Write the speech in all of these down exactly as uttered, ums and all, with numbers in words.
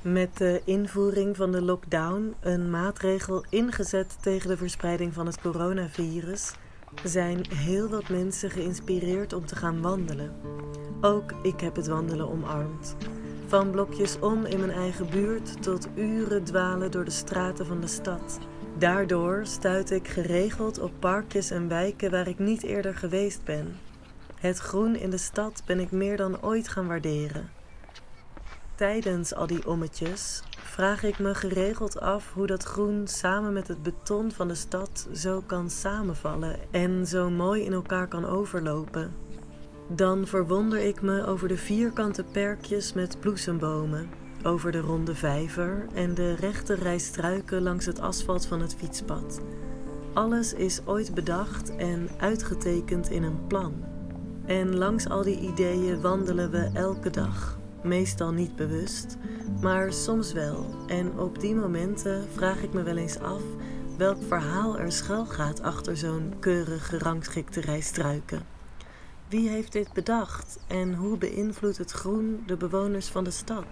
Met de invoering van de lockdown, een maatregel ingezet tegen de verspreiding van het coronavirus, zijn heel wat mensen geïnspireerd om te gaan wandelen. Ook ik heb het wandelen omarmd. Van blokjes om in mijn eigen buurt tot uren dwalen door de straten van de stad. Daardoor stuit ik geregeld op parkjes en wijken waar ik niet eerder geweest ben. Het groen in de stad ben ik meer dan ooit gaan waarderen. Tijdens al die ommetjes vraag ik me geregeld af hoe dat groen samen met het beton van de stad zo kan samenvallen en zo mooi in elkaar kan overlopen. Dan verwonder ik me over de vierkante perkjes met bloesembomen, over de ronde vijver en de rechte rij struiken langs het asfalt van het fietspad. Alles is ooit bedacht en uitgetekend in een plan. En langs al die ideeën wandelen we elke dag. Meestal niet bewust, maar soms wel. En op die momenten vraag ik me wel eens af welk verhaal er schuil gaat achter zo'n keurig gerangschikte rij struiken. Wie heeft dit bedacht en hoe beïnvloedt het groen de bewoners van de stad?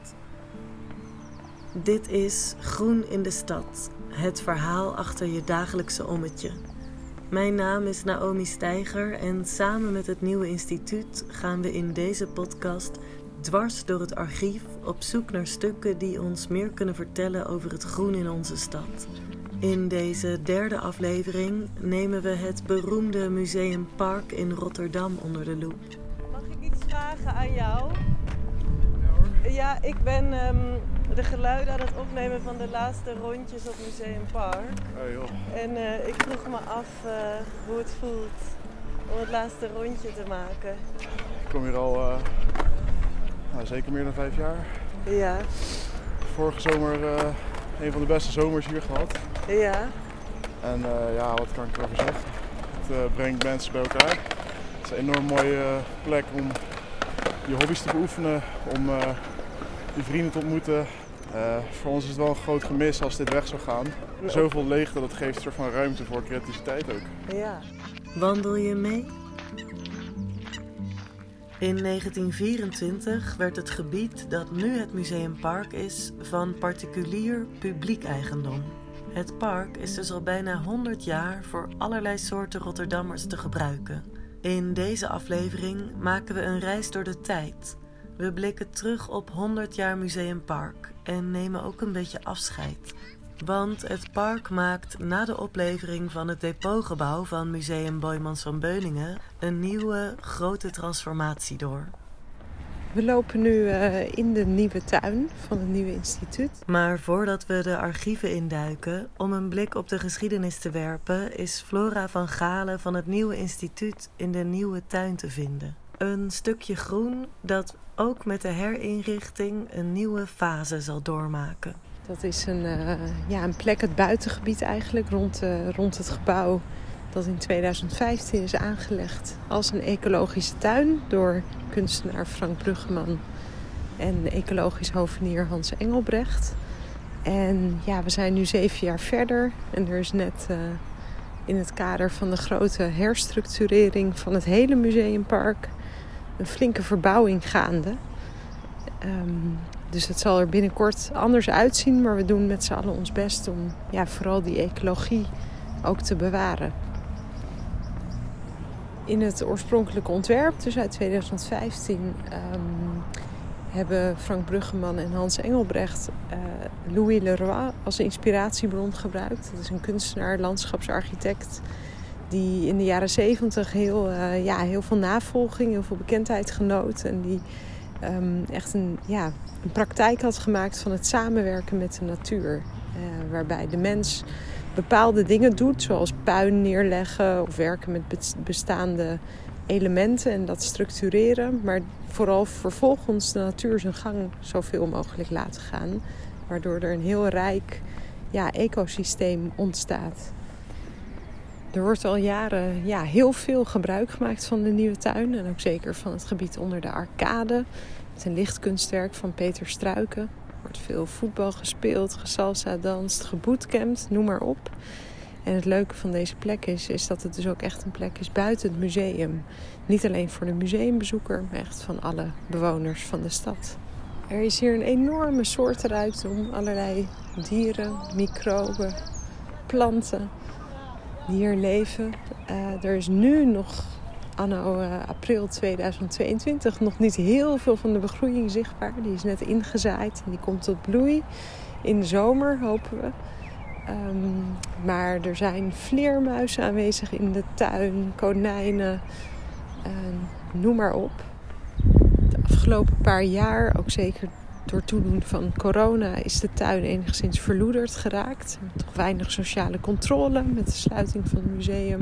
Dit is Groen in de Stad, het verhaal achter je dagelijkse ommetje. Mijn naam is Naomi Steiger en samen met het Nieuwe Instituut gaan we in deze podcast dwars door het archief op zoek naar stukken die ons meer kunnen vertellen over het groen in onze stad. In deze derde aflevering nemen we het beroemde Museumpark in Rotterdam onder de loep. Mag ik iets vragen aan jou? Ja, ik ben um, de geluiden aan het opnemen van de laatste rondjes op Museumpark. Oh, joh. En uh, ik vroeg me af uh, hoe het voelt om het laatste rondje te maken. Ik kom hier al uh, nou, zeker meer dan vijf jaar. Ja. Vorige zomer uh, een van de beste zomers hier gehad. Ja. En uh, ja, wat kan ik erover zeggen? Het uh, brengt mensen bij elkaar. Het is een enorm mooie uh, plek om je hobby's te beoefenen, om uh, je vrienden te ontmoeten. Uh, voor ons is het wel een groot gemis als dit weg zou gaan. Zoveel leegte, dat geeft een soort van ruimte voor creativiteit ook. Ja. Wandel je mee? In negentien vierentwintig werd het gebied dat nu het Museumpark is van particulier publiek eigendom. Het park is dus al bijna honderd jaar voor allerlei soorten Rotterdammers te gebruiken. In deze aflevering maken we een reis door de tijd. We blikken terug op honderd jaar Museumpark en nemen ook een beetje afscheid. Want het park maakt na de oplevering van het depotgebouw van Museum Boijmans van Beuningen een nieuwe grote transformatie door. We lopen nu uh, in de nieuwe tuin van het Nieuwe Instituut. Maar voordat we de archieven induiken, om een blik op de geschiedenis te werpen, is Flora van Galen van het Nieuwe Instituut in de nieuwe tuin te vinden. Een stukje groen dat ook met de herinrichting een nieuwe fase zal doormaken. Dat is een, uh, ja, een plek, het buitengebied eigenlijk, rond, uh, rond het gebouw dat in tweeduizend vijftien is aangelegd als een ecologische tuin door kunstenaar Frank Bruggeman en ecologisch hovenier Hans Engelbrecht. En ja, we zijn nu zeven jaar verder en er is net uh, in het kader van de grote herstructurering van het hele museumpark een flinke verbouwing gaande. Um, dus het zal er binnenkort anders uitzien, maar we doen met z'n allen ons best om ja, vooral die ecologie ook te bewaren. In het oorspronkelijke ontwerp, dus uit tweeduizend vijftien, um, hebben Frank Bruggeman en Hans Engelbrecht uh, Louis Leroy als inspiratiebron gebruikt. Dat is een kunstenaar, landschapsarchitect, die in de jaren zeventig heel, uh, ja, heel veel navolging, heel veel bekendheid genoot. En die um, echt een, ja, een praktijk had gemaakt van het samenwerken met de natuur. Uh, waarbij de mens bepaalde dingen doet, zoals puin neerleggen of werken met bestaande elementen en dat structureren. Maar vooral vervolgens de natuur zijn gang zoveel mogelijk laten gaan. Waardoor er een heel rijk ja, ecosysteem ontstaat. Er wordt al jaren ja, heel veel gebruik gemaakt van de nieuwe tuin. En ook zeker van het gebied onder de arcade. Met een lichtkunstwerk van Peter Struiken. Er wordt veel voetbal gespeeld, gesalsa danst, gebootcampt, noem maar op. En het leuke van deze plek is, is dat het dus ook echt een plek is buiten het museum. Niet alleen voor de museumbezoeker, maar echt van alle bewoners van de stad. Er is hier een enorme soortenrijkdom. Allerlei dieren, microben, planten die hier leven. Uh, er is nu nog, anno uh, april tweeduizend tweeëntwintig, nog niet heel veel van de begroeiing zichtbaar. Die is net ingezaaid en die komt tot bloei in de zomer, hopen we. Um, maar er zijn vleermuizen aanwezig in de tuin, konijnen, uh, noem maar op. De afgelopen paar jaar, ook zeker door toedoen van corona, is de tuin enigszins verloederd geraakt. Toch weinig sociale controle met de sluiting van het museum.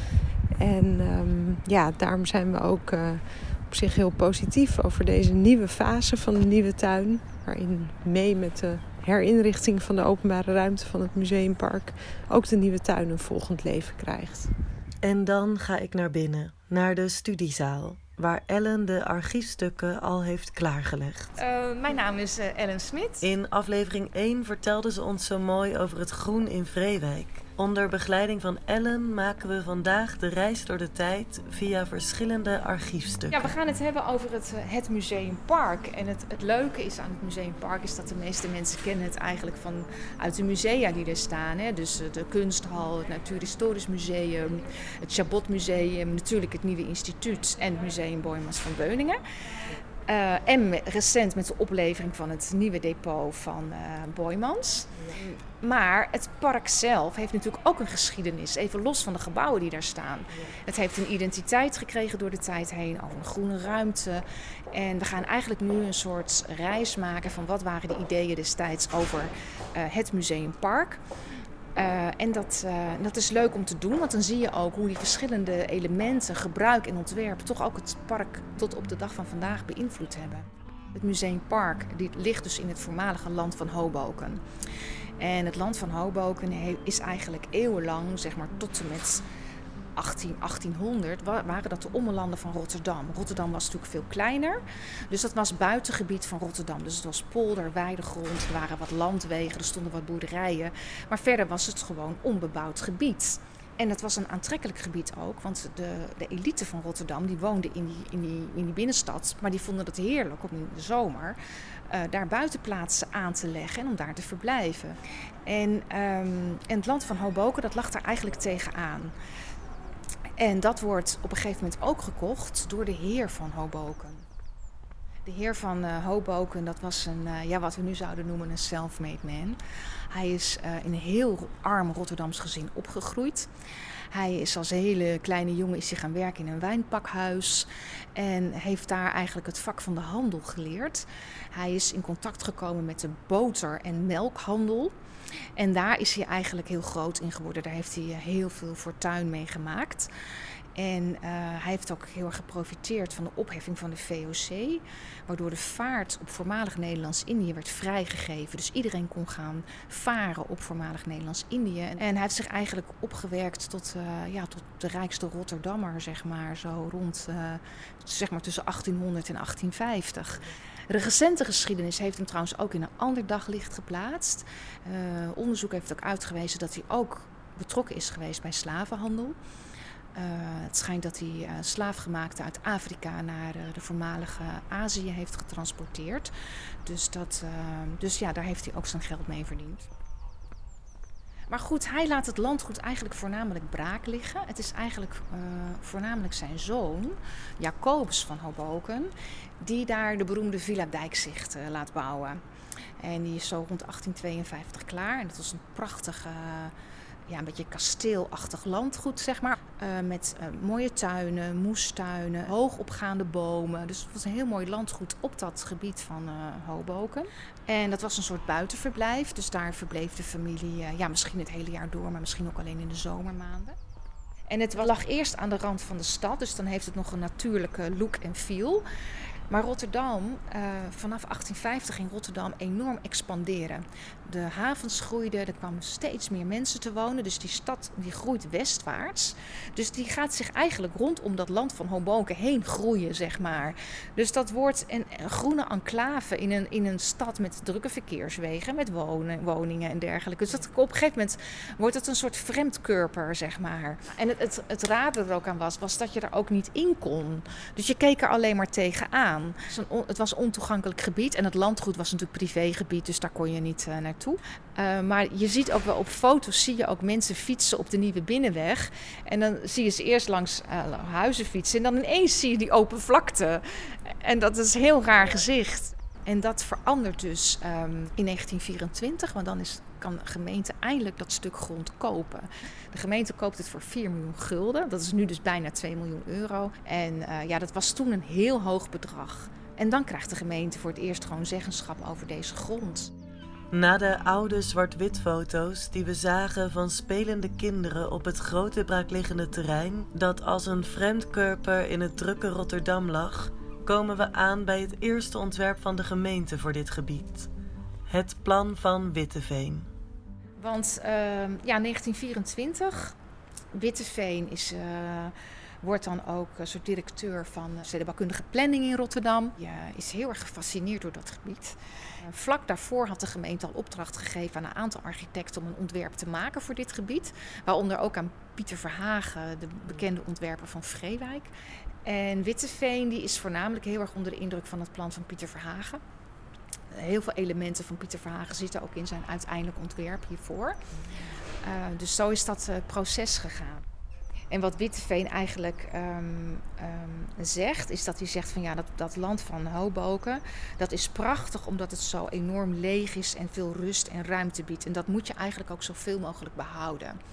En um, ja, daarom zijn we ook uh, op zich heel positief over deze nieuwe fase van de nieuwe tuin. Waarin mee met de herinrichting van de openbare ruimte van het museumpark ook de nieuwe tuin een volgend leven krijgt. En dan ga ik naar binnen, naar de studiezaal, waar Ellen de archiefstukken al heeft klaargelegd. Uh, mijn naam is uh, Ellen Smit. In aflevering één vertelde ze ons zo mooi over het groen in Vreewijk. Onder begeleiding van Ellen maken we vandaag de reis door de tijd via verschillende archiefstukken. Ja, we gaan het hebben over het, het Museumpark. En het, het leuke is aan het Museumpark is dat de meeste mensen kennen het eigenlijk van uit de musea die er staan. Hè? Dus de Kunsthal, het Natuurhistorisch Museum, het Chabot Museum, natuurlijk het Nieuwe Instituut en het Museum Boijmans van Beuningen. Uh, en me, recent met de oplevering van het nieuwe depot van uh, Boijmans. Maar het park zelf heeft natuurlijk ook een geschiedenis, even los van de gebouwen die daar staan. Het heeft een identiteit gekregen door de tijd heen, over een groene ruimte. En we gaan eigenlijk nu een soort reis maken van wat waren de ideeën destijds over uh, het Museumpark. Uh, en dat, uh, dat is leuk om te doen, want dan zie je ook hoe die verschillende elementen, gebruik en ontwerp toch ook het park tot op de dag van vandaag beïnvloed hebben. Het Museumpark die ligt dus in het voormalige land van Hoboken. En het land van Hoboken is eigenlijk eeuwenlang, zeg maar tot en met achttien, achttienhonderd, waren dat de ommelanden van Rotterdam. Rotterdam was natuurlijk veel kleiner, dus dat was buitengebied van Rotterdam. Dus het was polder, weidegrond, er waren wat landwegen, er stonden wat boerderijen. Maar verder was het gewoon onbebouwd gebied. En dat was een aantrekkelijk gebied ook, want de, de elite van Rotterdam die woonde in die, in, die, in die binnenstad. Maar die vonden het heerlijk om in de zomer uh, daar buitenplaatsen aan te leggen en om daar te verblijven. En, um, en het land van Hoboken, dat lag daar eigenlijk tegenaan. En dat wordt op een gegeven moment ook gekocht door de heer van Hoboken. De heer van uh, Hoboken, dat was een, uh, ja, wat we nu zouden noemen een self-made man. Hij is uh, in een heel arm Rotterdams gezin opgegroeid. Hij is als hele kleine jongen is hij gaan werken in een wijnpakhuis en heeft daar eigenlijk het vak van de handel geleerd. Hij is in contact gekomen met de boter- en melkhandel. En daar is hij eigenlijk heel groot in geworden. Daar heeft hij heel veel fortuin mee gemaakt. En uh, hij heeft ook heel erg geprofiteerd van de opheffing van de V O C. Waardoor de vaart op voormalig Nederlands-Indië werd vrijgegeven. Dus iedereen kon gaan varen op voormalig Nederlands-Indië. En hij heeft zich eigenlijk opgewerkt tot, uh, ja, tot de rijkste Rotterdammer, zeg maar. Zo rond uh, zeg maar tussen achttienhonderd en achttienvijftig. De recente geschiedenis heeft hem trouwens ook in een ander daglicht geplaatst. Uh, onderzoek heeft ook uitgewezen dat hij ook betrokken is geweest bij slavenhandel. Uh, het schijnt dat hij uh, slaafgemaakten uit Afrika naar uh, de voormalige Azië heeft getransporteerd. Dus, dat, uh, dus ja, daar heeft hij ook zijn geld mee verdiend. Maar goed, hij laat het landgoed eigenlijk voornamelijk braak liggen. Het is eigenlijk uh, voornamelijk zijn zoon, Jacobus van Hoboken, die daar de beroemde Villa Dijkzicht uh, laat bouwen. En die is zo rond achttien tweeënvijftig klaar. En dat was een prachtige, uh, ja, een beetje kasteelachtig landgoed, zeg maar. Uh, met uh, mooie tuinen, moestuinen, hoogopgaande bomen. Dus het was een heel mooi landgoed op dat gebied van uh, Hoboken. En dat was een soort buitenverblijf. Dus daar verbleef de familie uh, ja, misschien het hele jaar door, maar misschien ook alleen in de zomermaanden. En het lag eerst aan de rand van de stad, dus dan heeft het nog een natuurlijke look en feel. Maar Rotterdam, uh, vanaf achttien vijftig ging Rotterdam enorm expanderen. De havens groeiden, er kwamen steeds meer mensen te wonen. Dus die stad die groeit westwaarts. Dus die gaat zich eigenlijk rondom dat land van Hoboken heen groeien, zeg maar. Dus dat wordt een, een groene enclave in een, in een stad met drukke verkeerswegen, met wonen, woningen en dergelijke. Dus dat, op een gegeven moment wordt het een soort vreemdkörper, zeg maar. En het, het, het rare er ook aan was, was dat je er ook niet in kon. Dus je keek er alleen maar tegenaan. aan. Het was een, on, het was een ontoegankelijk gebied en het landgoed was natuurlijk privégebied, dus daar kon je niet uh, naartoe. Uh, maar je ziet ook wel op foto's, zie je ook mensen fietsen op de Nieuwe Binnenweg. En dan zie je ze eerst langs uh, huizen fietsen en dan ineens zie je die open vlakte. En dat is een heel raar gezicht. En dat verandert dus um, in negentien vierentwintig, want dan is, kan de gemeente eindelijk dat stuk grond kopen. De gemeente koopt het voor vier miljoen gulden. Dat is nu dus bijna twee miljoen euro. En uh, ja, dat was toen een heel hoog bedrag. En dan krijgt de gemeente voor het eerst gewoon zeggenschap over deze grond. Na de oude zwart-wit foto's die we zagen van spelende kinderen op het grote braakliggende terrein dat als een vreemdkörper in het drukke Rotterdam lag, komen we aan bij het eerste ontwerp van de gemeente voor dit gebied. Het plan van Witteveen. Want uh, ja, negentien vierentwintig, Witteveen is, uh, wordt dan ook een soort directeur van de stedenbouwkundige planning in Rotterdam. Je is heel erg gefascineerd door dat gebied. Uh, vlak daarvoor had de gemeente al opdracht gegeven aan een aantal architecten om een ontwerp te maken voor dit gebied. Waaronder ook aan Pieter Verhagen, de bekende ontwerper van Vreewijk. En Witteveen die is voornamelijk heel erg onder de indruk van het plan van Pieter Verhagen. Heel veel elementen van Pieter Verhagen zitten ook in zijn uiteindelijk ontwerp hiervoor. Uh, dus zo is dat uh, proces gegaan. En wat Witteveen eigenlijk um, um, zegt, is dat hij zegt van ja, dat, dat land van Hoboken, dat is prachtig omdat het zo enorm leeg is en veel rust en ruimte biedt. En dat moet je eigenlijk ook zoveel mogelijk behouden.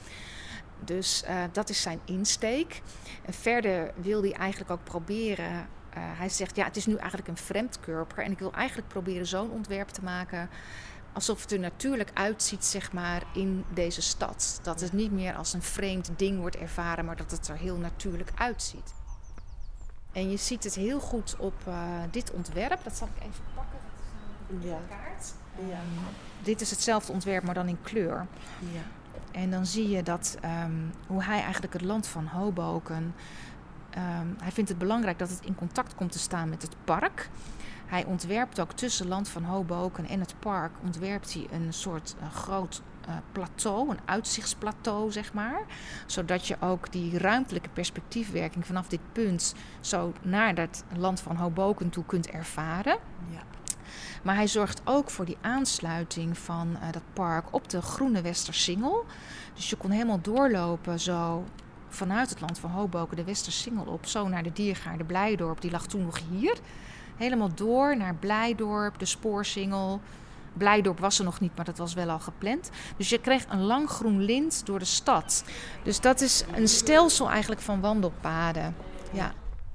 Dus uh, dat is zijn insteek. En verder wil hij eigenlijk ook proberen. Uh, hij zegt, ja, het is nu eigenlijk een vreemdkörper. En ik wil eigenlijk proberen zo'n ontwerp te maken alsof het er natuurlijk uitziet, zeg maar, in deze stad. Dat het niet meer als een vreemd ding wordt ervaren, maar dat het er heel natuurlijk uitziet. En je ziet het heel goed op uh, dit ontwerp. Dat zal ik even pakken. Dat is een ja. kaart. Ja. Um, dit is hetzelfde ontwerp, maar dan in kleur. Ja. En dan zie je dat um, hoe hij eigenlijk het land van Hoboken. Um, hij vindt het belangrijk dat het in contact komt te staan met het park. Hij ontwerpt ook tussen land van Hoboken en het park ontwerpt hij een soort uh, groot uh, plateau, een uitzichtsplateau, zeg maar. Zodat je ook die ruimtelijke perspectiefwerking vanaf dit punt zo naar dat land van Hoboken toe kunt ervaren. Ja. Maar hij zorgt ook voor die aansluiting van uh, dat park op de Groene Westersingel. Dus je kon helemaal doorlopen zo vanuit het land van Hoboken de Westersingel op. Zo naar de Diergaarde Blijdorp, die lag toen nog hier. Helemaal door naar Blijdorp, de Spoorsingel. Blijdorp was er nog niet, maar dat was wel al gepland. Dus je kreeg een lang groen lint door de stad. Dus dat is een stelsel eigenlijk van wandelpaden. Ja.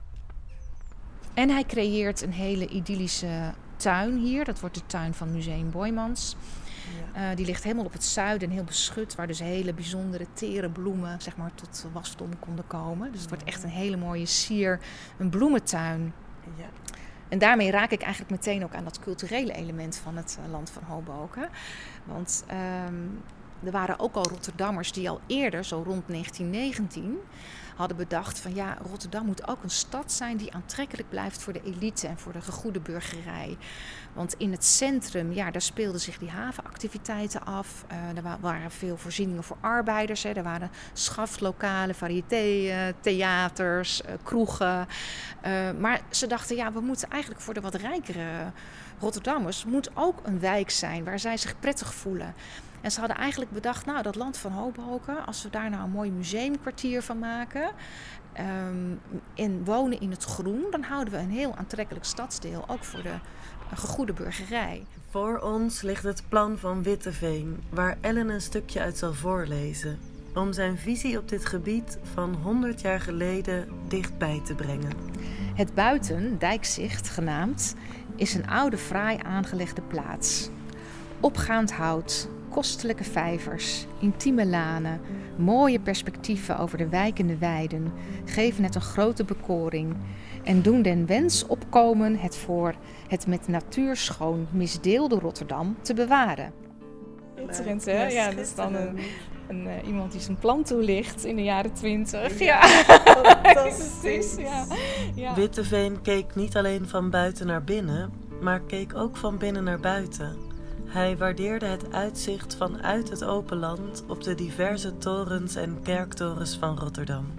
En hij creëert een hele idyllische tuin hier. Dat wordt de tuin van Museum Boijmans. Ja. Uh, die ligt helemaal op het zuiden en heel beschut, waar dus hele bijzondere tere bloemen, zeg maar, tot wasdom konden komen. Dus het wordt echt een hele mooie sier, een bloementuin. Ja. En daarmee raak ik eigenlijk meteen ook aan dat culturele element van het uh, land van Hoboken. Want um, er waren ook al Rotterdammers die al eerder, zo rond negentien negentien... hadden bedacht van ja, Rotterdam moet ook een stad zijn die aantrekkelijk blijft voor de elite en voor de gegoede burgerij. Want in het centrum, ja, daar speelden zich die havenactiviteiten af. Uh, er wa- waren veel voorzieningen voor arbeiders. Hè. Er waren schaftlokalen, variété, theaters, uh, kroegen. Uh, maar ze dachten, ja, we moeten eigenlijk voor de wat rijkere Rotterdammers moet ook een wijk zijn waar zij zich prettig voelen. En ze hadden eigenlijk bedacht, nou, dat land van Hoboken, als we daar nou een mooi museumkwartier van maken um, en wonen in het groen, dan houden we een heel aantrekkelijk stadsdeel, ook voor de uh, gegoede burgerij. Voor ons ligt het plan van Witteveen, waar Ellen een stukje uit zal voorlezen, om zijn visie op dit gebied van honderd jaar geleden dichtbij te brengen. Het buiten, Dijkzicht genaamd, is een oude fraai aangelegde plaats. Opgaand hout, kostelijke vijvers, intieme lanen, mooie perspectieven over de wijkende weiden geven het een grote bekoring en doen den wens opkomen het voor het met natuur schoon misdeelde Rotterdam te bewaren. Schitterend, hè? Ja, dat is dan een, een, uh, iemand die zijn plan toelicht in de jaren twintig. Ja, fantastisch. Ja. Ja. Witteveen keek niet alleen van buiten naar binnen, maar keek ook van binnen naar buiten. Hij waardeerde het uitzicht vanuit het open land op de diverse torens en kerktorens van Rotterdam.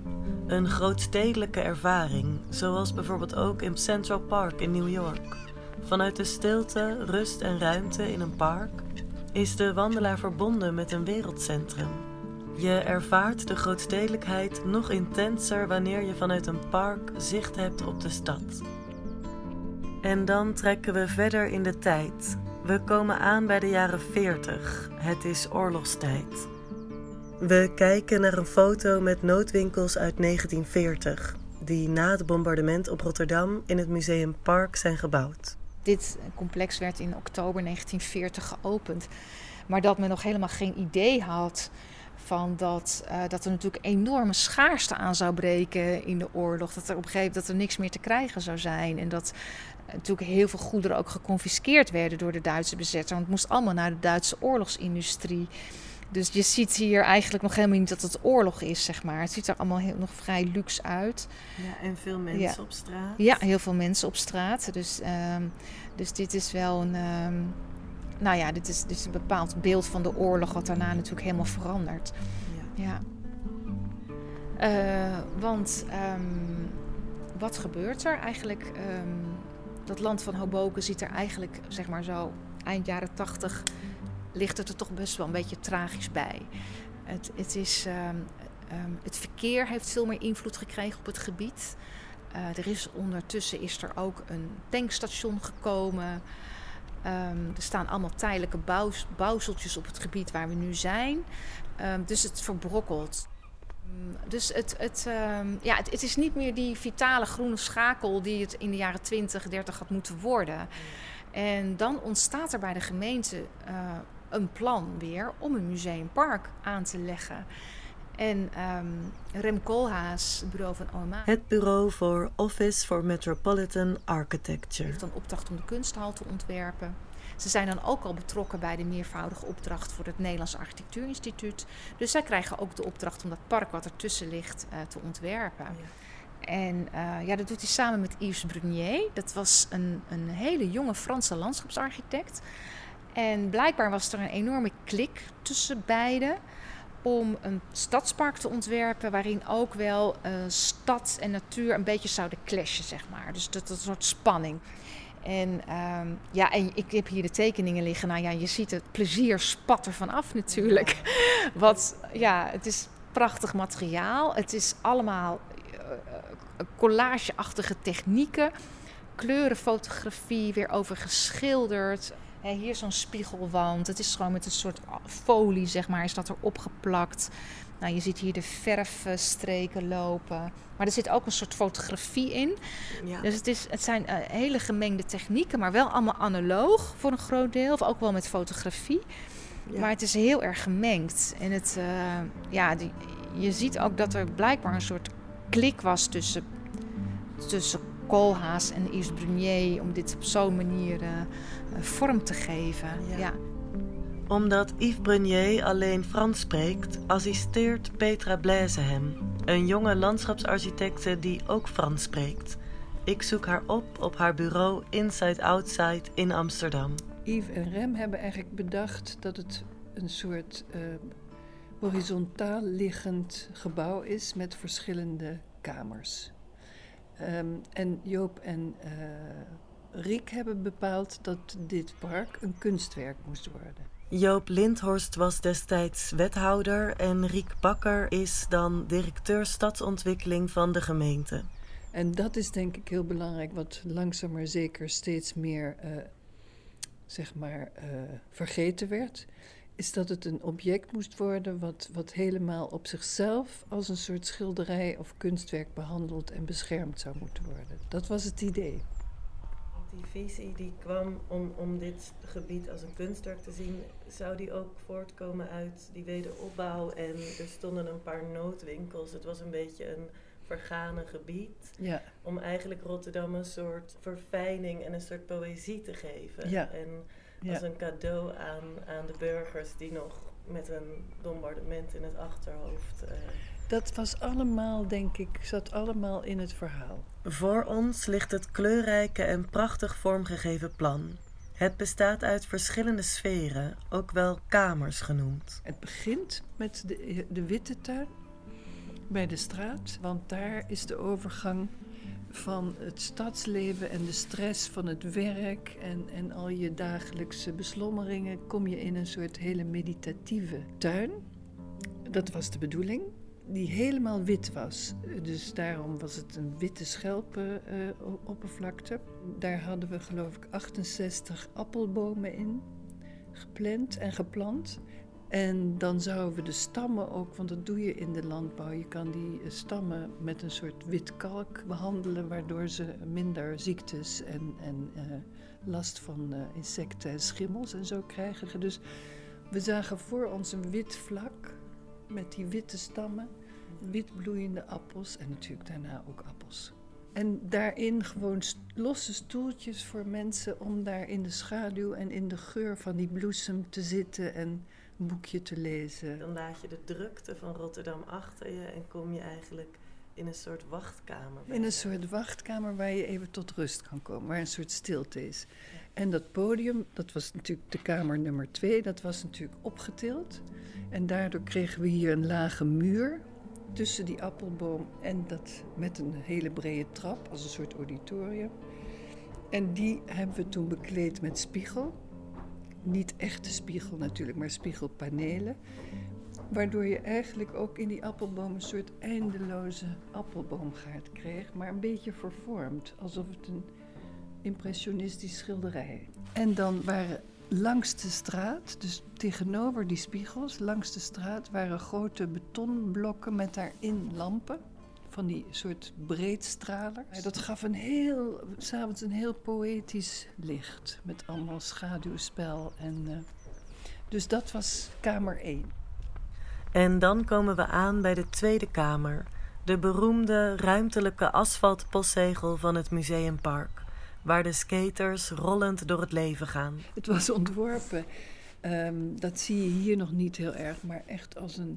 Een grootstedelijke ervaring, zoals bijvoorbeeld ook in Central Park in New York. Vanuit de stilte, rust en ruimte in een park is de wandelaar verbonden met een wereldcentrum. Je ervaart de grootstedelijkheid nog intenser wanneer je vanuit een park zicht hebt op de stad. En dan trekken we verder in de tijd. We komen aan bij de jaren veertig. Het is oorlogstijd. We kijken naar een foto met noodwinkels uit negentien veertig, die na het bombardement op Rotterdam in het Museum Park zijn gebouwd. Dit complex werd in oktober negentien veertig geopend. Maar dat men nog helemaal geen idee had van dat, uh, dat er natuurlijk enorme schaarste aan zou breken in de oorlog. Dat er op een gegeven moment dat er niks meer te krijgen zou zijn. En dat uh, natuurlijk heel veel goederen ook geconfiskeerd werden door de Duitse bezetter. Want het moest allemaal naar de Duitse oorlogsindustrie. Dus je ziet hier eigenlijk nog helemaal niet dat het oorlog is, zeg maar. Het ziet er allemaal heel, nog vrij luxe uit. Ja, en veel mensen ja. op straat. Ja, heel veel mensen op straat. Dus, um, dus dit is wel een... Um, nou ja, dit is, dit is een bepaald beeld van de oorlog wat daarna natuurlijk helemaal verandert. Ja. ja. Uh, want um, wat gebeurt er eigenlijk? Um, dat land van Hoboken ziet er eigenlijk, zeg maar zo, eind jaren tachtig... ligt het er toch best wel een beetje tragisch bij. Het, het, is, um, um, het verkeer heeft veel meer invloed gekregen op het gebied. Uh, er is ondertussen is er ook een tankstation gekomen. Um, er staan allemaal tijdelijke bouw, bouwseltjes op het gebied waar we nu zijn. Um, dus het verbrokkelt. Um, dus het, het, um, ja, het, het is niet meer die vitale groene schakel die het in de jaren twintig, dertig had moeten worden. En dan ontstaat er bij de gemeente uh, een plan weer om een museumpark aan te leggen. En um, Rem Koolhaas, het bureau van O M A... Het bureau voor Office for Metropolitan Architecture. heeft dan opdracht om de kunsthal te ontwerpen. Ze zijn dan ook al betrokken bij de meervoudige opdracht voor het Nederlands Architectuurinstituut. Dus zij krijgen ook de opdracht om dat park wat ertussen ligt uh, te ontwerpen. Ja. En uh, ja, dat doet hij samen met Yves Brunier. Dat was een, een hele jonge Franse landschapsarchitect. En blijkbaar was er een enorme klik tussen beiden om een stadspark te ontwerpen waarin ook wel uh, stad en natuur een beetje zouden clashen, zeg maar. Dus dat, dat een soort spanning. En, um, ja, en ik heb hier de tekeningen liggen. Nou ja, je ziet het plezier spat er vanaf natuurlijk. Ja. Wat, ja, het is prachtig materiaal. Het is allemaal uh, collageachtige technieken. Kleurenfotografie, weer over geschilderd. Ja, hier zo'n spiegelwand. Het is gewoon met een soort folie, zeg maar, is dat er opgeplakt. Nou, je ziet hier de verfstreken lopen. Maar er zit ook een soort fotografie in. Ja. Dus het, is, het zijn uh, hele gemengde technieken, maar wel allemaal analoog voor een groot deel. Of ook wel met fotografie. Ja. Maar het is heel erg gemengd. En het, uh, ja, die, je ziet ook dat er blijkbaar een soort klik was tussen, tussen Koolhaas en Yves Brunier om dit op zo'n manier uh, vorm te geven. Ja. Ja. Omdat Yves Brunier alleen Frans spreekt, assisteert Petra Blaise hem, een jonge landschapsarchitecte die ook Frans spreekt. Ik zoek haar op op haar bureau Inside Outside in Amsterdam. Yves en Rem hebben eigenlijk bedacht dat het een soort uh, horizontaal liggend gebouw is met verschillende kamers. Um, en Joop en uh, Riek hebben bepaald dat dit park een kunstwerk moest worden. Joop Lindhorst was destijds wethouder en Riek Bakker is dan directeur stadsontwikkeling van de gemeente. En dat is denk ik heel belangrijk, wat langzaam maar zeker steeds meer uh, zeg maar, uh, vergeten werd. Is dat het een object moest worden wat, wat helemaal op zichzelf als een soort schilderij of kunstwerk behandeld en beschermd zou moeten worden. Dat was het idee. Die visie die kwam om, om dit gebied als een kunstwerk te zien, zou die ook voortkomen uit die wederopbouw en er stonden een paar noodwinkels. Het was een beetje een vergane gebied. Ja. Om eigenlijk Rotterdam een soort verfijning en een soort poëzie te geven. Ja. En als ja. een cadeau aan, aan de burgers die nog met een bombardement in het achterhoofd... Uh... Dat was allemaal, denk ik, zat allemaal in het verhaal. Voor ons ligt het kleurrijke en prachtig vormgegeven plan. Het bestaat uit verschillende sferen, ook wel kamers genoemd. Het begint met de, de witte tuin. bij de straat. Want daar is de overgang van het stadsleven en de stress van het werk en, en al je dagelijkse beslommeringen, kom je in een soort hele meditatieve tuin. Dat was de bedoeling, die helemaal wit was. Dus daarom was het een witte schelpenoppervlakte. Uh, daar hadden we geloof ik achtenzestig appelbomen in, gepland en geplant. En dan zouden we de stammen ook, want dat doe je in de landbouw. Je kan die stammen met een soort wit kalk behandelen, waardoor ze minder ziektes en, en uh, last van uh, insecten en schimmels en zo krijgen. Dus we zagen voor ons een wit vlak met die witte stammen, wit bloeiende appels en natuurlijk daarna ook appels. En daarin gewoon losse stoeltjes voor mensen om daar in de schaduw en in de geur van die bloesem te zitten en een boekje te lezen. Dan laat je de drukte van Rotterdam achter je en kom je eigenlijk in een soort wachtkamer. In een soort wachtkamer waar je even tot rust kan komen, waar een soort stilte is. Ja. En dat podium, dat was natuurlijk de kamer nummer twee, dat was natuurlijk opgetild. En daardoor kregen we hier een lage muur tussen die appelboom en dat met een hele brede trap, als een soort auditorium. En die hebben we toen bekleed met spiegel. Niet echte spiegel natuurlijk, maar spiegelpanelen. Waardoor je eigenlijk ook in die appelboom een soort eindeloze appelboomgaard kreeg, maar een beetje vervormd, alsof het een impressionistisch schilderij. En dan waren langs de straat, dus tegenover die spiegels, langs de straat waren grote betonblokken met daarin lampen. Van die soort breedstralers. Dat gaf een heel, 's avonds een heel poëtisch licht. Met allemaal schaduwspel. En, uh, dus dat was kamer één. En dan komen we aan bij de tweede kamer. De beroemde ruimtelijke asfaltpostzegel van het Museumpark. Waar de skaters rollend door het leven gaan. Het was ontworpen, um, dat zie je hier nog niet heel erg, maar echt als een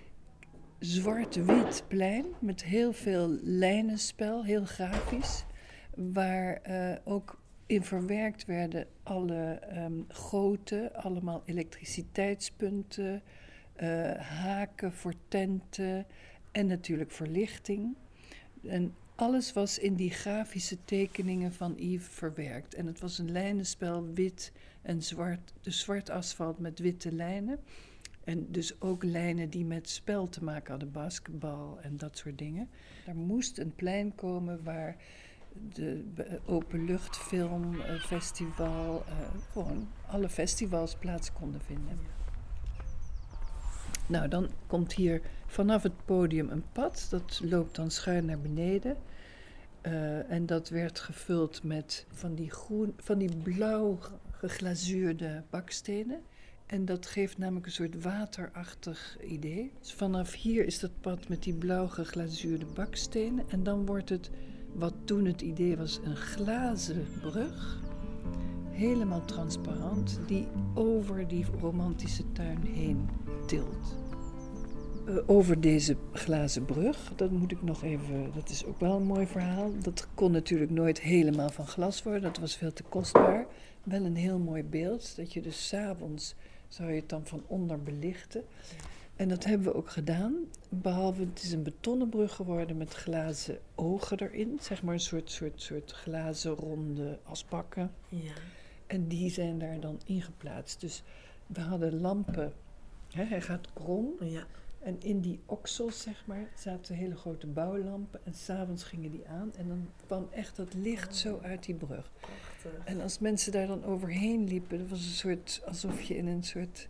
zwart-wit plein met heel veel lijnenspel, heel grafisch, waar uh, ook in verwerkt werden alle um, goten, allemaal elektriciteitspunten, uh, haken voor tenten en natuurlijk verlichting. En alles was in die grafische tekeningen van Yves verwerkt. En het was een lijnenspel, wit en zwart, dus zwart asfalt met witte lijnen. En dus ook lijnen die met spel te maken hadden, basketbal en dat soort dingen. Er moest een plein komen waar de openluchtfilmfestival, uh, gewoon alle festivals plaats konden vinden. Nou, dan komt hier vanaf het podium een pad, dat loopt dan schuin naar beneden. Uh, en dat werd gevuld met van die, groen, van die blauw geglazuurde bakstenen. En dat geeft namelijk een soort waterachtig idee. Dus vanaf hier is dat pad met die blauw geglazuurde bakstenen. En dan wordt het, wat toen het idee was, een glazen brug. Helemaal transparant, die over die romantische tuin heen tilt. Uh, over deze glazen brug, dat moet ik nog even, dat is ook wel een mooi verhaal. Dat kon natuurlijk nooit helemaal van glas worden, dat was veel te kostbaar. Wel een heel mooi beeld, dat je dus 's avonds zou je het dan van onder belichten. En dat hebben we ook gedaan, behalve het is een betonnen brug geworden met glazen ogen erin. Zeg maar een soort, soort, soort glazen ronde asbakken. Ja. En die zijn daar dan ingeplaatst. Dus we hadden lampen, hè, hij gaat krom. Ja. En in die oksels, zeg maar, zaten hele grote bouwlampen. En 's avonds gingen die aan. En dan kwam echt dat licht oh. zo uit die brug. Prachtig. En als mensen daar dan overheen liepen, dat was een soort, alsof je in een soort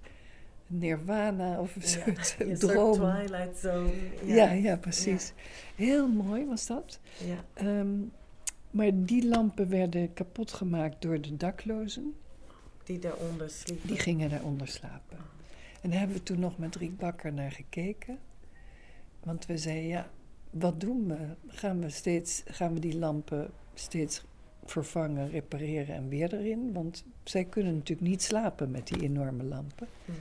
nirvana of een ja, soort een droom. soort Twilight Zone. Ja, ja, ja precies. Ja. Heel mooi was dat. Ja. Um, maar die lampen werden kapot gemaakt door de daklozen. Die daaronder sliepen. Die gingen daaronder slapen. En daar hebben we toen nog met Riek Bakker naar gekeken. Want we zeiden, ja, wat doen we? Gaan we, steeds, gaan we die lampen steeds vervangen, repareren en weer erin? Want zij kunnen natuurlijk niet slapen met die enorme lampen. Mm.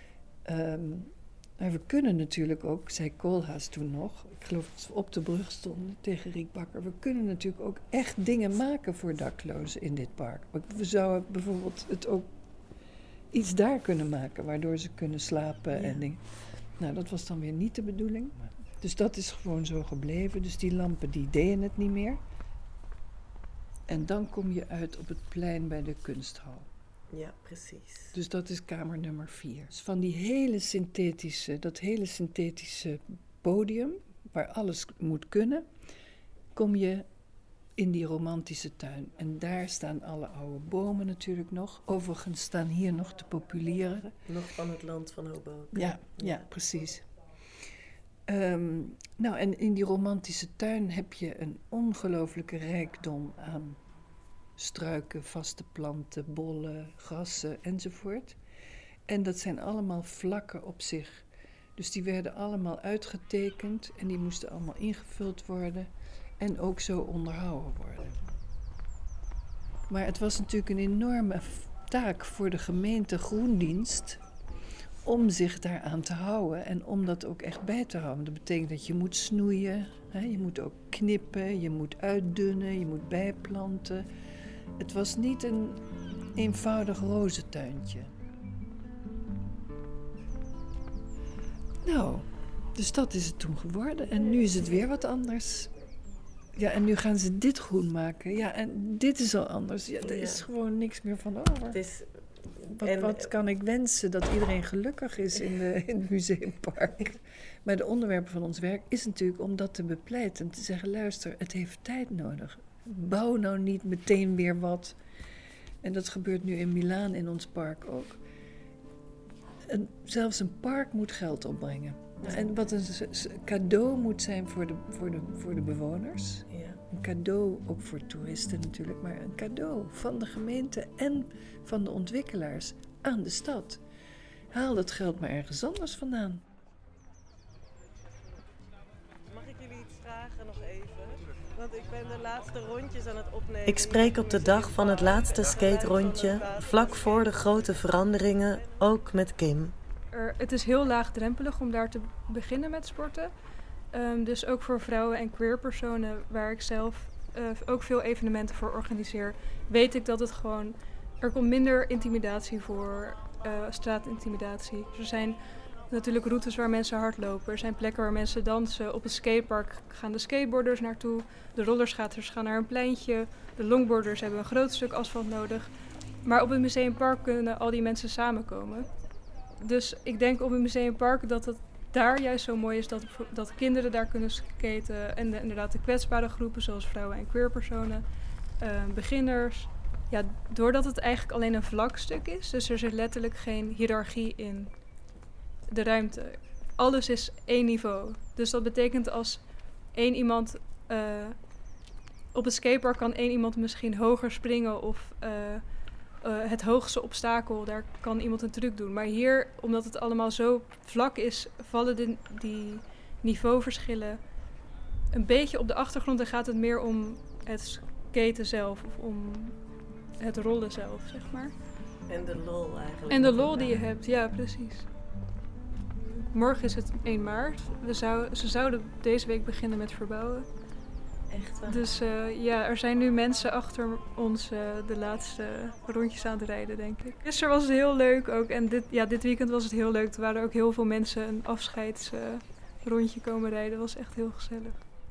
Um, maar we kunnen natuurlijk ook, zei Koolhaas toen nog, ik geloof dat we op de brug stonden tegen Riek Bakker, we kunnen natuurlijk ook echt dingen maken voor daklozen in dit park. We zouden bijvoorbeeld het ook iets daar kunnen maken, waardoor ze kunnen slapen ja. en dingen. Nou, dat was dan weer niet de bedoeling. Dus dat is gewoon zo gebleven. Dus die lampen die deden het niet meer. En dan kom je uit op het plein bij de kunsthal. Ja, precies. Dus dat is kamer nummer vier. Dus van die hele synthetische, dat hele synthetische podium, waar alles moet kunnen, kom je in die romantische tuin. En daar staan alle oude bomen natuurlijk nog. Overigens staan hier nog de populieren. Nog van het land van Hoboken. Ja, ja, ja, precies. Um, nou, en in die romantische tuin heb je een ongelooflijke rijkdom aan struiken, vaste planten, bollen, grassen enzovoort. En dat zijn allemaal vlakken op zich. Dus die werden allemaal uitgetekend en die moesten allemaal ingevuld worden en ook zo onderhouden worden. Maar het was natuurlijk een enorme taak voor de gemeente Groendienst om zich daaraan te houden en om dat ook echt bij te houden. Dat betekent dat je moet snoeien, hè, je moet ook knippen, je moet uitdunnen, je moet bijplanten. Het was niet een eenvoudig rozentuintje. Nou, dus dat is het toen geworden. En nu is het weer wat anders. Ja, en nu gaan ze dit groen maken. Ja, en dit is al anders. Ja, er is gewoon niks meer van over. Het is, wat, en, wat kan ik wensen? Dat iedereen gelukkig is in, de, in het museumpark. Maar de onderwerp van ons werk is natuurlijk om dat te bepleiten. Te zeggen, luister, het heeft tijd nodig. Bouw nou niet meteen weer wat. En dat gebeurt nu in Milaan in ons park ook. En zelfs een park moet geld opbrengen. En wat een cadeau moet zijn voor de, voor de, voor de bewoners. Ja. Een cadeau ook voor toeristen natuurlijk. Maar een cadeau van de gemeente en van de ontwikkelaars aan de stad. Haal dat geld maar ergens anders vandaan. Mag ik jullie iets vragen nog even? Want ik ben de laatste rondjes aan het opnemen. Ik spreek op de dag van het laatste skaterondje, vlak voor de grote veranderingen, ook met Kim. Er, het is heel laagdrempelig om daar te beginnen met sporten. Um, dus ook voor vrouwen en queer personen, waar ik zelf uh, ook veel evenementen voor organiseer, weet ik dat het gewoon... Er komt minder intimidatie voor, uh, straatintimidatie. Er zijn natuurlijk routes waar mensen hardlopen. Er zijn plekken waar mensen dansen. Op het skatepark gaan de skateboarders naartoe. De rollerschaters gaan naar een pleintje. De longboarders hebben een groot stuk asfalt nodig. Maar op het museumpark kunnen al die mensen samenkomen. Dus ik denk op het museumpark dat het daar juist zo mooi is dat, dat kinderen daar kunnen skaten. En de, inderdaad de kwetsbare groepen zoals vrouwen en queerpersonen, uh, beginners. Ja, doordat het eigenlijk alleen een vlak stuk is. Dus er zit letterlijk geen hiërarchie in de ruimte. Alles is één niveau. Dus dat betekent als één iemand... Uh, op het skatepark kan één iemand misschien hoger springen of... Uh, Uh, het hoogste obstakel, daar kan iemand een truc doen. Maar hier, omdat het allemaal zo vlak is, vallen de, die niveauverschillen een beetje op de achtergrond. En gaat het meer om het skaten zelf of om het rollen zelf, zeg maar. En de lol eigenlijk. En de lol die je hebt, ja, precies. Morgen is het één maart. We zou, ze zouden deze week beginnen met verbouwen. Echt waar? Dus uh, ja, er zijn nu mensen achter ons uh, de laatste rondjes aan het rijden, denk ik. Gisteren was het heel leuk ook. En dit, ja, dit weekend was het heel leuk. Er waren ook heel veel mensen een afscheidsrondje uh, komen rijden. Dat was echt heel gezellig.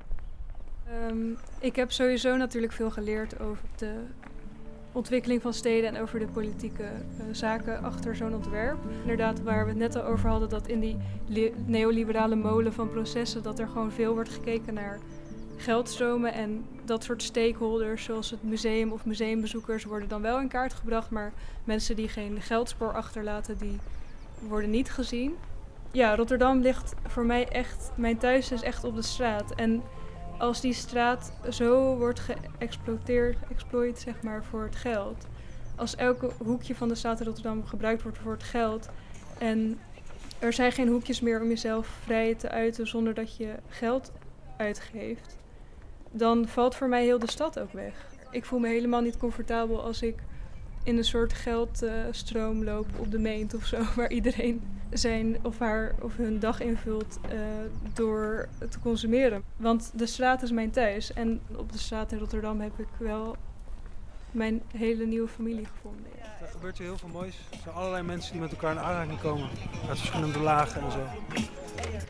Um, ik heb sowieso natuurlijk veel geleerd over de ontwikkeling van steden en over de politieke uh, zaken achter zo'n ontwerp. Inderdaad, waar we het net al over hadden, dat in die li- neoliberale molen van processen, dat er gewoon veel wordt gekeken naar geldstromen en dat soort stakeholders zoals het museum of museumbezoekers worden dan wel in kaart gebracht, maar mensen die geen geldspoor achterlaten, die worden niet gezien. Ja, Rotterdam ligt voor mij echt, mijn thuis is echt op de straat. En als die straat zo wordt geëxploiteerd, geëxploit, zeg maar, voor het geld, als elke hoekje van de stad in Rotterdam gebruikt wordt voor het geld en er zijn geen hoekjes meer om jezelf vrij te uiten zonder dat je geld uitgeeft, dan valt voor mij heel de stad ook weg. Ik voel me helemaal niet comfortabel als ik in een soort geldstroom uh, loop op de Meent of zo, waar iedereen zijn of haar of hun dag invult uh, door te consumeren. Want de straat is mijn thuis en op de straat in Rotterdam heb ik wel mijn hele nieuwe familie gevonden. Er gebeurt hier heel veel moois. Er zijn allerlei mensen die met elkaar in aanraking komen, uit verschillende lagen en zo.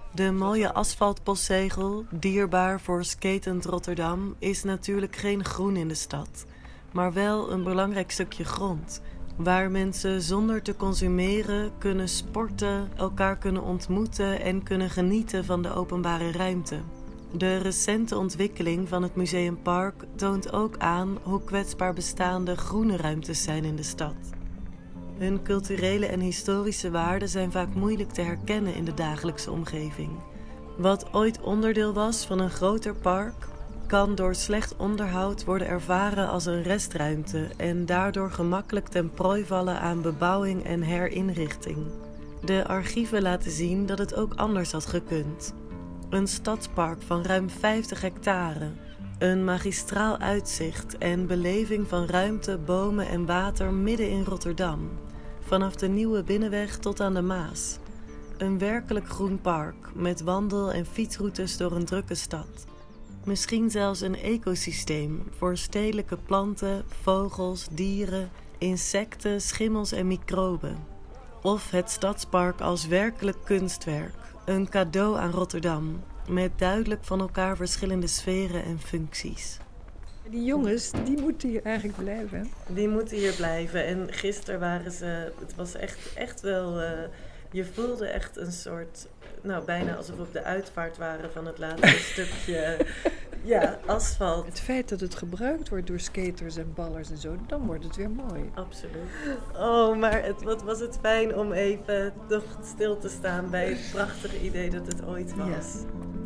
De mooie asfaltpostzegel, dierbaar voor skatend Rotterdam, is natuurlijk geen groen in de stad, maar wel een belangrijk stukje grond, waar mensen zonder te consumeren kunnen sporten, elkaar kunnen ontmoeten en kunnen genieten van de openbare ruimte. De recente ontwikkeling van het Museumpark toont ook aan hoe kwetsbaar bestaande groene ruimtes zijn in de stad. Hun culturele en historische waarden zijn vaak moeilijk te herkennen in de dagelijkse omgeving. Wat ooit onderdeel was van een groter park, kan door slecht onderhoud worden ervaren als een restruimte en daardoor gemakkelijk ten prooi vallen aan bebouwing en herinrichting. De archieven laten zien dat het ook anders had gekund. Een stadspark van ruim vijftig hectare, een magistraal uitzicht en beleving van ruimte, bomen en water midden in Rotterdam, vanaf de Nieuwe Binnenweg tot aan de Maas. Een werkelijk groen park met wandel- en fietsroutes door een drukke stad. Misschien zelfs een ecosysteem voor stedelijke planten, vogels, dieren, insecten, schimmels en microben. Of het stadspark als werkelijk kunstwerk, een cadeau aan Rotterdam, met duidelijk van elkaar verschillende sferen en functies. Die jongens, die moeten hier eigenlijk blijven. Die moeten hier blijven en gisteren waren ze, het was echt, echt wel, uh, je voelde echt een soort, nou bijna alsof we op de uitvaart waren van het laatste stukje ja, asfalt. Het feit dat het gebruikt wordt door skaters en ballers en zo, dan wordt het weer mooi. Absoluut. Oh, maar het, wat was het fijn om even toch stil te staan bij het prachtige idee dat het ooit was. Ja.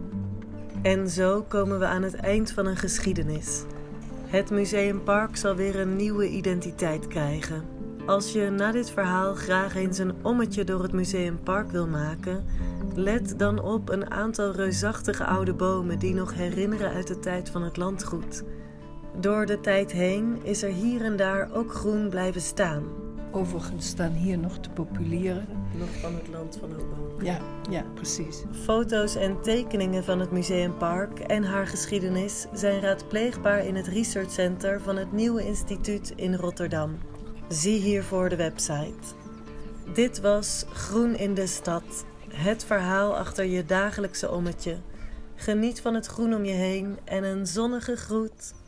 En zo komen we aan het eind van een geschiedenis. Het Museumpark zal weer een nieuwe identiteit krijgen. Als je na dit verhaal graag eens een ommetje door het Museumpark wil maken, let dan op een aantal reusachtige oude bomen die nog herinneren uit de tijd van het landgoed. Door de tijd heen is er hier en daar ook groen blijven staan. Overigens staan hier nog de populieren. Nog van het land van Hobo. Ja, ja, precies. Foto's en tekeningen van het Museumpark en haar geschiedenis zijn raadpleegbaar in het Research Center van het Nieuwe Instituut in Rotterdam. Zie hiervoor de website. Dit was Groen in de Stad, het verhaal achter je dagelijkse ommetje. Geniet van het groen om je heen en een zonnige groet